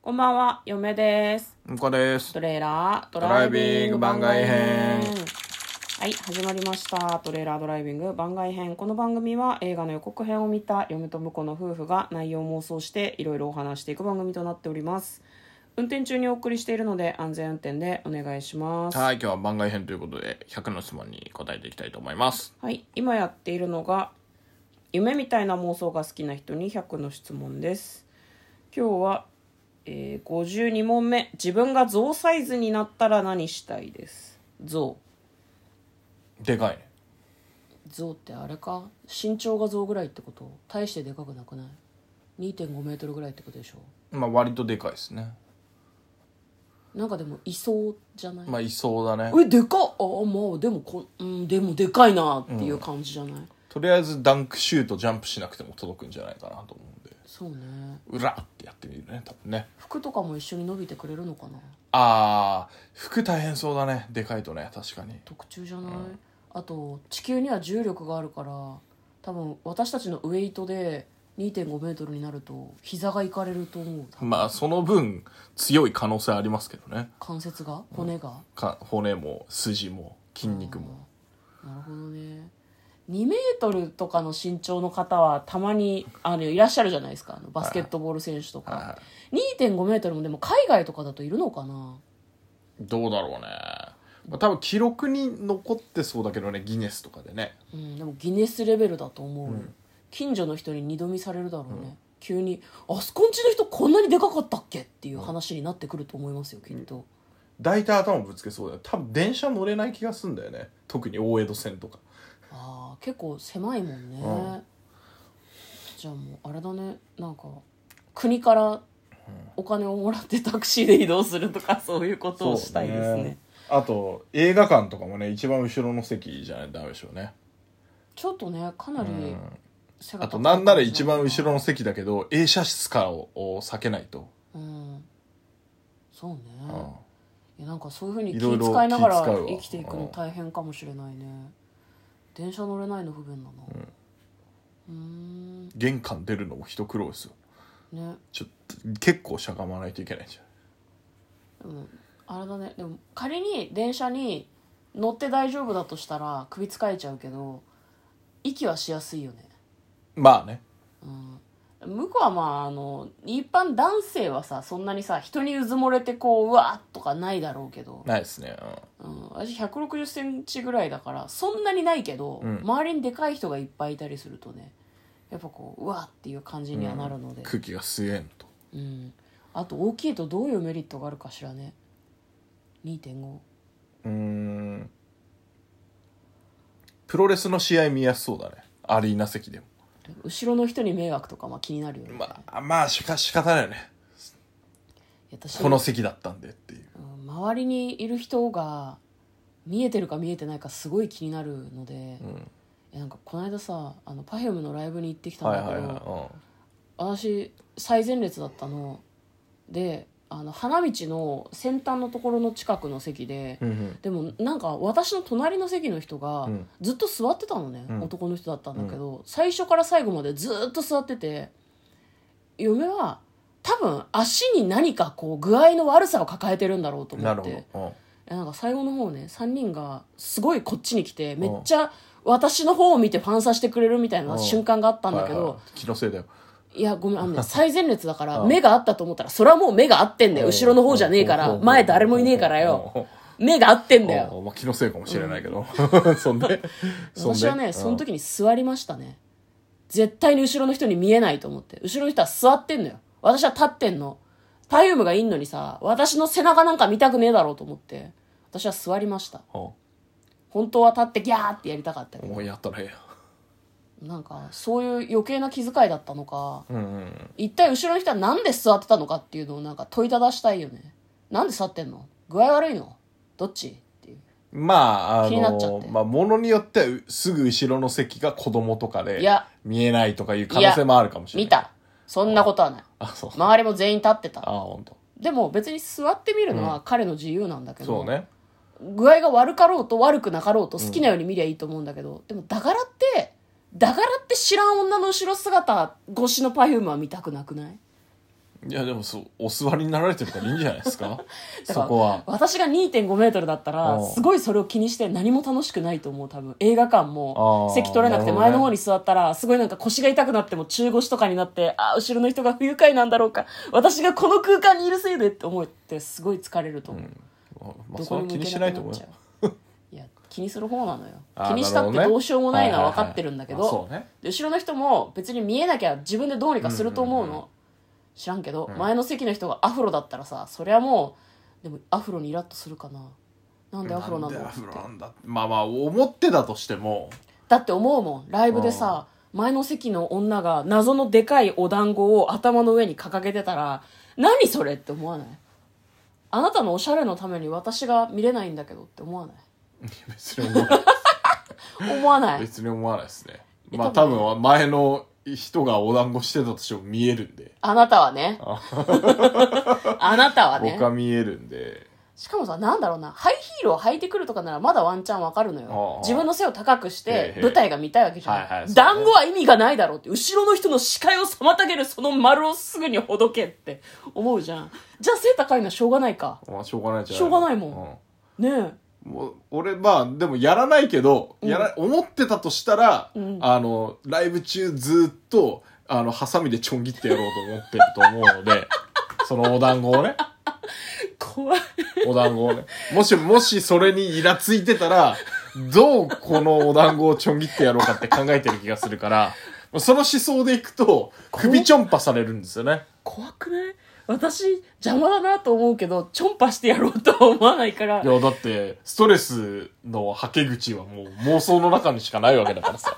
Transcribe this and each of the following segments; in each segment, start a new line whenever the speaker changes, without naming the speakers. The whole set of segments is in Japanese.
こんばんは、嫁です。
向こうです。
トレーラードライビング番外編。はい、始まりました。トレーラードライビング番外編。この番組は映画の予告編を見た嫁と婿の夫婦が内容を妄想していろいろお話していく番組となっております。運転中にお送りしているので安全運転でお願いします。
はい、今日は番外編ということで100の質問に答えていきたいと思います。
はい、今やっているのが夢みたいな妄想が好きな人に100の質問です。今日は52問目。自分が象サイズになったら何したいです。象。
でかいね。
象ってあれか、身長が象ぐらいってこと？大してでかくなくない？ 2.5 メートルぐらいってことでしょ。
まあ割とでかいですね。
なんかでもいそうじゃない？
まあいそうだね。
でかっ。まあでもでもでかいなっていう感じじゃない？
とりあえずダンクシュートジャンプしなくても届くんじゃないかなと思うんで。
そうね。
うらってやってみるね、多分ね。
服とかも一緒に伸びてくれるのかな？
服大変そうだね、でかいとね。確かに
特注じゃない？あと地球には重力があるから、多分私たちのウエイトで 2.5 メートルになると膝がいかれると思う。
まあその分強い可能性ありますけどね。
関節が、骨が、
骨も筋も筋肉も。
なるほどね。2メートルとかの身長の方はたまにいらっしゃるじゃないですか。バスケットボール選手とか。2.5 メートルもでも海外とかだといるのかな？
どうだろうね。まあ、多分記録に残ってそうだけどね、ギネスとかでね。
でもギネスレベルだと思う、近所の人に二度見されるだろうね、急にあそこんちの人こんなにでかかったっけっていう話になってくると思いますよ、きっと。
大体頭ぶつけそうだよ。多分電車乗れない気がするんだよね、特に大江戸線とか。
結構狭いもんね、じゃあもうあれだね、なんか国からお金をもらってタクシーで移動するとか、そういうことをしたいですね。
あと映画館とかもね、一番後ろの席じゃないとダメでしょうね。
ちょっとね、かなり背が高い。
あとなんなら一番後ろの席だけど映写室からを避けないと。
そうね、いやなんかそういう風に気使いながら生きていくの大変かもしれないね。電車乗れないの不便だな。
玄関出るのも一苦労ですよ
ね。
ちょっと結構しゃがまないといけないじ
ゃん。でもあれだね、でも仮に電車に乗って大丈夫だとしたら首疲れちゃうけど息はしやすいよね。
まあね。
向こうはまあ一般男性はさ、そんなにさ人にうずもれてこううわっとかないだろうけど。
ないですね。
私160センチぐらいだからそんなにないけど、周りにでかい人がいっぱいいたりするとね、やっぱこううわっていう感じにはなるので、
空気が吸えんと。
あと大きいとどういうメリットがあるかしらね。 2.5。
プロレスの試合見やすそうだね、アリーナ席でも。
後ろの人に迷惑とか気になるよね。
まあ仕方ないよね、この席だったんでっていう、
周りにいる人が見えてるか見えてないかすごい気になるので、なんかこの間さPerfumeのライブに行ってきたんだけど、私最前列だったので、花道の先端のところの近くの席で、でもなんか私の隣の席の人がずっと座ってたのね、男の人だったんだけど、最初から最後までずっと座ってて、嫁は多分足に何かこう具合の悪さを抱えてるんだろうと思って、なんか最後の方ね、3人がすごいこっちに来てめっちゃ私の方を見てファンサしてくれるみたいな瞬間があったんだけど、
気のせいだよ。
いやごめん、最前列だから目があったと思ったら、それはもう目が合ってんだよ、後ろの方じゃねえから、前誰もいねえからよ、目が合ってんだよ。
まあ、気のせいかもしれないけど、そんで
私はね、その時に座りましたね。絶対に後ろの人に見えないと思って。後ろの人は座ってんのよ、私は立ってんの。Perfumeがいんのにさ、私の背中なんか見たくねえだろうと思って私は座りました。本当は立ってギャーってやりたかったけど、
もうやったらええよ。
なんかそういう余計な気遣いだったのか、一体後ろの人はなんで座ってたのかっていうのをなんか問いただしたいよね。なんで座ってんの？具合悪いの？どっち？っていう。
まあ
気になっちゃって、
まあものによってはすぐ後ろの席が子供とかで見えないとかいう可能性もあるかもしれない。
見た、そんなことはない。周りも全員立ってた。
本当。で
も別に座ってみるのは彼の自由なんだけど、
そうね、
具合が悪かろうと悪くなかろうと好きなように見りゃいいと思うんだけど、でもだからって知らん女の後ろ姿越しのPerfumeは見たくなくない？
いやでもお座りになられてるからいいんじゃないですか
だから
そこは。
私が 2.5 メートルだったらすごいそれを気にして何も楽しくないと思う。多分映画館も席取れなくて前の方に座ったらすごいなんか腰が痛くなっても中腰とかになって、あ、後ろの人が不愉快なんだろうか、私がこの空間にいるせいでって思ってすごい疲れると思う、
まあそれは気にしないと思うよ。
いや気にする方なのよ。
あー
気にしたってどうしようもないのは分かってるんだけど、
はいはいはいまあそうね
で後ろの人も別に見えなきゃ自分でどうにかすると思うの、知らんけど、前の席の人がアフロだったらさ、それはもうでもアフロにイラッとするかな。なんでアフロなんだろうって。
まあまあ思ってたとしても、
だって思うもん、ライブでさ、前の席の女が謎のでかいお団子を頭の上に掲げてたら、何それって思わない？あなたのおしゃれのために私が見れないんだけどって思わない？
別に思わない
思わない。
別に思わないですね。まあ多分前の人がお団子してたとしても見えるんで。
あなたはね。あなたはね。
僕は見えるんで。
しかもさ、なんだろうな、ハイヒールを履いてくるとかならまだワンチャンわかるのよ。自分の背を高くして舞台が見たいわけじゃん。団子は意味がないだろうって、後ろの人の視界を妨げるその丸をすぐにほどけって思うじゃん。じゃあ背高いのはしょうがないか。
まあしょうがないじゃん。
しょうがないもん。ねえ。
もう俺まあでもやらないけど、思ってたとしたら、ライブ中ずっとハサミでちょん切ってやろうと思ってると思うのでそのお団子をね、
怖い
お団子をね、もしそれにイラついてたらどうこのお団子をちょん切ってやろうかって考えてる気がするから、その思想でいくと首ちょんぱされるんですよね。
怖くない？私邪魔だなと思うけどちょんぱしてやろうとは思わないから。
いやだってストレスのはけ口はもう妄想の中にしかないわけだからさ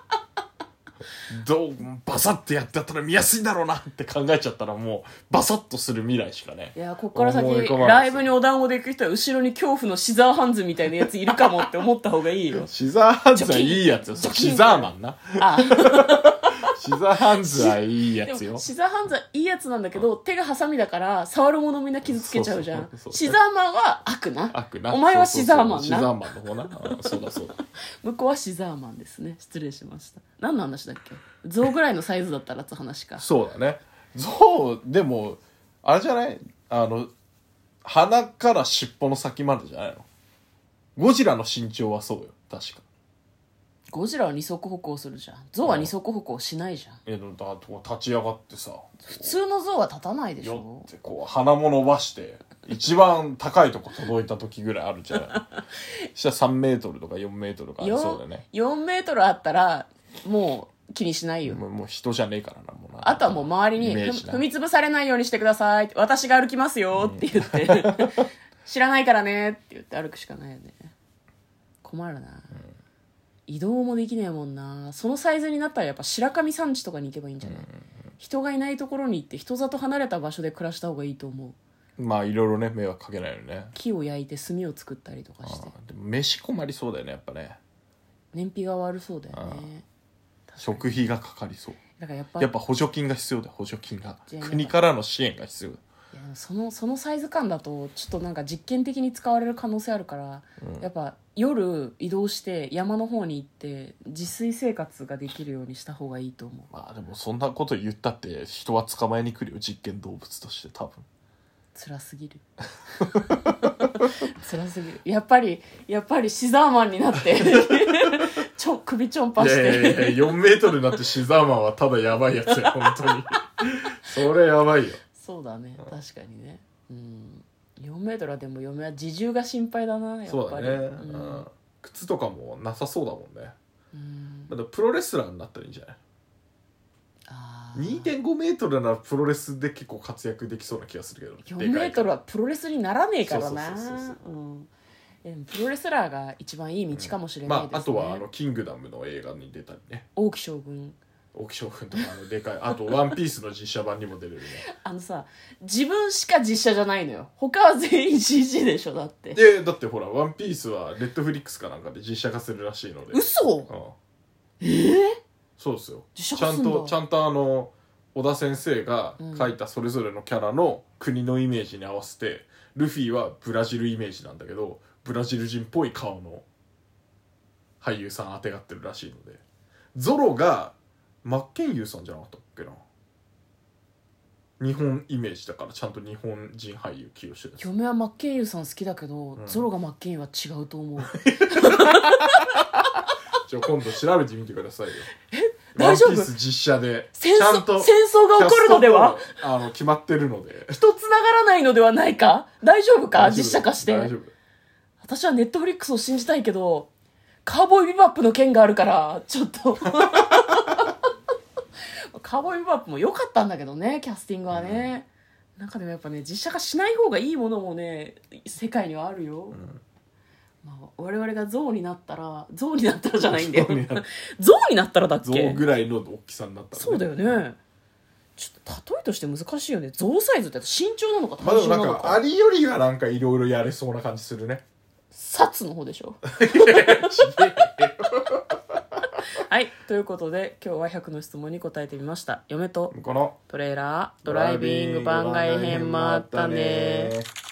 バサッてやってやったら見やすいだろうなって考えちゃったらもうバサッとする未来しかね。
いやこっから先ライブにお団子で行く人は後ろに恐怖のシザーハンズみたいなやついるかもって思った方がいいよ。
シザーハンズはいいやつよ。シザーマンな。シザーハンズはいいやつよ。
シザーハンズはいいやつなんだけど、手がハサミだから触るものみんな傷つけちゃうじゃん。シザーマンは悪な。お前はシザーマンな。
シザーマンの方な。そうだそうだ。
向こうはシザーマンですね。失礼しました。何の話だっけ？象ぐらいのサイズだったらって話か。
そうだね。象でもあれじゃない？鼻から尻尾の先までじゃないの？ゴジラの身長はそうよ確か。
ゴジラは二足歩行するじゃん。象は二足歩行しないじゃん。
だと立ち上がってさ、
普通の象は立たないでしょ。
よってこう鼻も伸ばして一番高いとこ届いた時ぐらいあるじゃんしたら3メートルとか4メートルとかありそうだよね。
4メートルあったらもう気にしないよ。
もう人じゃねえからなもうな。
あとはもう周りに踏み潰されないようにしてください、私が歩きますよって言って、知らないからねって言って歩くしかないよね。困るな、移動もできねえもんな。そのサイズになったらやっぱ白神山地とかに行けばいいんじゃない、人がいないところに行って人里離れた場所で暮らした方がいいと思う。
まあいろいろね迷惑かけないよね。
木を焼いて炭を作ったりとかして。
でも飯困りそうだよねやっぱね。
燃費が悪そうだよね。
食費がかかりそう。
だから
やっぱ補助金が必要だよ。補助金が国からの支援が必要だ。
いやそのサイズ感だとちょっとなんか実験的に使われる可能性あるから、やっぱ夜移動して山の方に行って自炊生活ができるようにした方がいいと思う。
まあでもそんなこと言ったって人は捕まえに来るよ実験動物として多分。
辛すぎる辛すぎる。やっぱりシザーマンになって首ちょんぱして。
いや4メートルになってシザーマンはただやばいやつや本当にそれやばいよ。
そうだね、確かにね。4メートルはでも嫁は自重が心配だなやっぱり。
そうだね、靴とかもなさそうだもんね。だからプロレスラーになったらいいんじゃない？2.5 メートルならプロレスで結構活躍できそうな気がするけど、
4メートルはプロレスにならねえからな。プロレスラーが一番いい道かもしれないですね。
あとはキングダムの映画に出たりね。
王騎将軍
とかでかいあとワンピースの実写版にも出れるね
さ自分しか実写じゃないのよ。他は全員 CG でしょ。だって
だってほらワンピースはネットフリックスかなんかで実写化するらしいので。
嘘？
そうですよ。
実写化すんだ。
ちゃんと小田先生が描いたそれぞれのキャラの国のイメージに合わせて、ルフィはブラジルイメージなんだけどブラジル人っぽい顔の俳優さん当てがってるらしいので、ゾロが真剣佑さんじゃなかったっけな。 日本イメージだからちゃんと日本人俳優起用してるんです。
嫁はマッケンユーさん好きだけど、ゾロがマッケンユーは違うと思う。
じゃあ今度調べてみてくださいよ。
大丈夫？
ワンピース実写で
戦
ちゃんと
争が起こるのでは？
キャストも決まってるので
人つながらないのではないか？大丈夫か？
大丈夫
実写化して
大丈夫。
私はネットフリックスを信じたいけど、カーボーイビバップの件があるからちょっとカーボーイビバップも良かったんだけどね、キャスティングはね、なんかでもやっぱね、実写化しない方がいいものもね世界にはあるよ、まあ、我々が象になったらじゃないんだよ象になったらだっけ、
象ぐらいの大きさになったら、ね、
そうだよね。ちょっと例えとして難しいよね。象サイズって身長なのか
まあでもな
体重なのか、
んかアリよりはなんかいろいろやれそうな感じするね。
サツの方でしょはい、ということで今日は100の質問に答えてみました。嫁と
この
トレーラードライビング番外編もあったね。